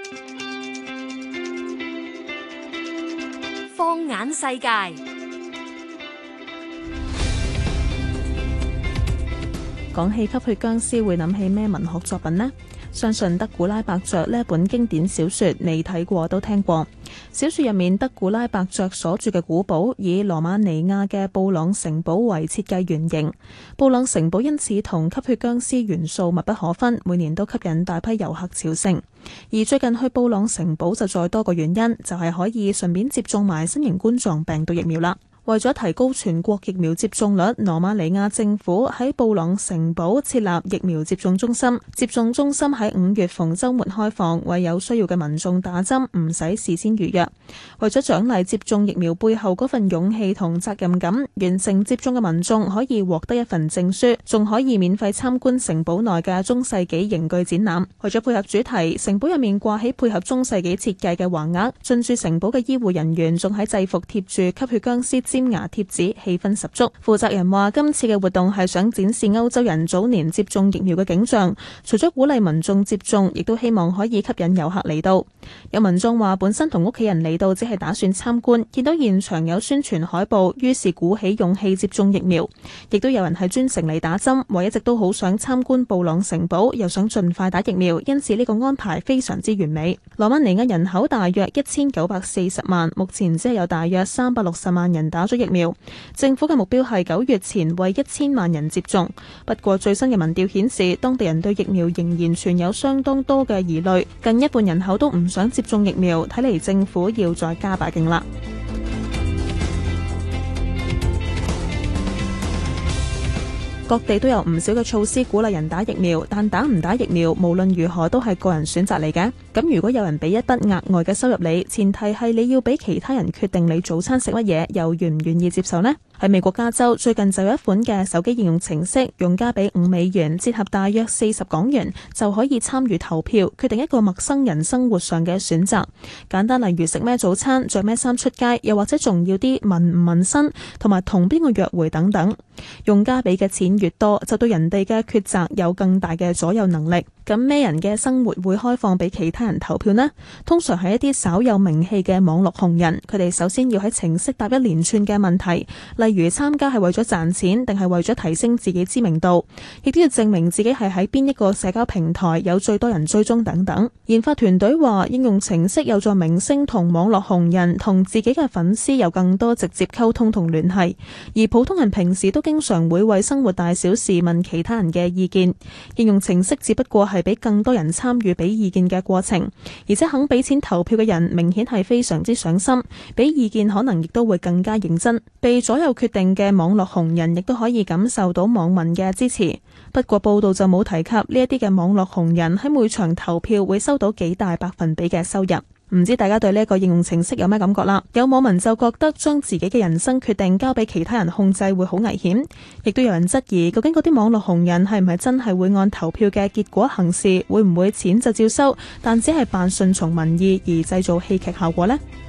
放眼世界， 講起吸血僵屍，會諗起咩文學作品呢？相信德古拉伯爵呢本經典小說未睇過都聽過。小說入面，德古拉伯爵所住嘅古堡以羅馬尼亞嘅布朗城堡為設計原型，布朗城堡因此同吸血僵屍元素密不可分，每年都吸引大批遊客朝聖。而最近去布朗城堡就再多個原因，就係可以順便接種埋新型冠狀病毒疫苗啦。為咗提高全國疫苗接種率，羅馬尼亞政府喺布朗城堡設立疫苗接種中心。接種中心喺5月逢週末開放，為有需要嘅民眾打針，唔使事先預約。為咗獎勵接種疫苗背後嗰份勇氣同責任感，完成接種嘅民眾可以獲得一份證書，仲可以免費參觀城堡內嘅中世紀刑具展覽。為咗配合主題，城堡入面掛起配合中世紀設計嘅橫額，進駐城堡嘅醫護人員仲喺制服貼住吸血僵屍尖牙貼紙，氣氛十足。負責人話，今次嘅活動係想展示歐洲人早年接種疫苗嘅景象，除咗鼓勵民眾接種，亦都希望可以吸引遊客嚟到。有民眾話，本身同屋企人嚟到只係打算參觀，見到現場有宣傳海報，於是鼓起勇氣接種疫苗。亦都有人係專程嚟打針，話一直都好想參觀布朗城堡，又想盡快打疫苗，因此呢個安排非常之完美。羅馬尼亞人口大約1940萬，目前只係有大約360萬人打咗疫苗。政府嘅目標係9月前為1000萬人接種。不過最新嘅民調顯示，當地人對疫苗仍然存有相當多嘅疑慮，近一半人口都唔想接種疫苗，睇嚟政府要再加把勁啦。各地都有唔少嘅措施鼓勵人打疫苗，但打唔打疫苗無論如何都係個人選擇嚟嘅。咁如果有人俾一筆額外嘅收入你，前提係你要俾其他人決定你早餐食乜嘢，又願唔願意接受呢？喺美國加州最近就有一款嘅手機應用程式，用家俾$5，折合大約40港元，就可以參與投票，決定一個陌生人生活上嘅選擇。簡單例如食咩早餐、着咩衫出街，又或者重要啲紋唔紋身，同埋同邊個約會等等。用家俾嘅錢越多，就對人哋嘅抉擇有更大嘅左右能力。咁咩人嘅生活會開放俾其他人投票呢？通常係一啲稍有名氣嘅網絡紅人，佢哋首先要喺程式答一連串嘅問題，例如參加係為咗賺錢定係為咗提升自己知名度，亦都要證明自己係喺邊一個社交平台有最多人追蹤等等。研發團隊話，應用程式有助明星同網絡紅人同自己嘅粉絲有更多直接溝通同聯繫，而普通人平時都經常會為生活大小事問其他人嘅意見。應用程式只不過係俾更多人參與俾意見嘅過程，而且肯俾錢投票嘅人明顯係非常之上心，俾意見可能亦都會更加認真。被左右決定嘅網絡紅人亦都可以感受到網民嘅支持。不過報道就冇提及呢一啲嘅網絡紅人喺每場投票會收到幾大百分比嘅收入。唔知大家對呢個應用程式有咩感覺啦？有網民就覺得將自己嘅人生決定交俾其他人控制會好危險，亦都有人質疑究竟嗰啲網絡紅人係唔係真係會按投票嘅結果行事，會唔會錢就照收，但只係扮順從民意而製造戲劇效果呢？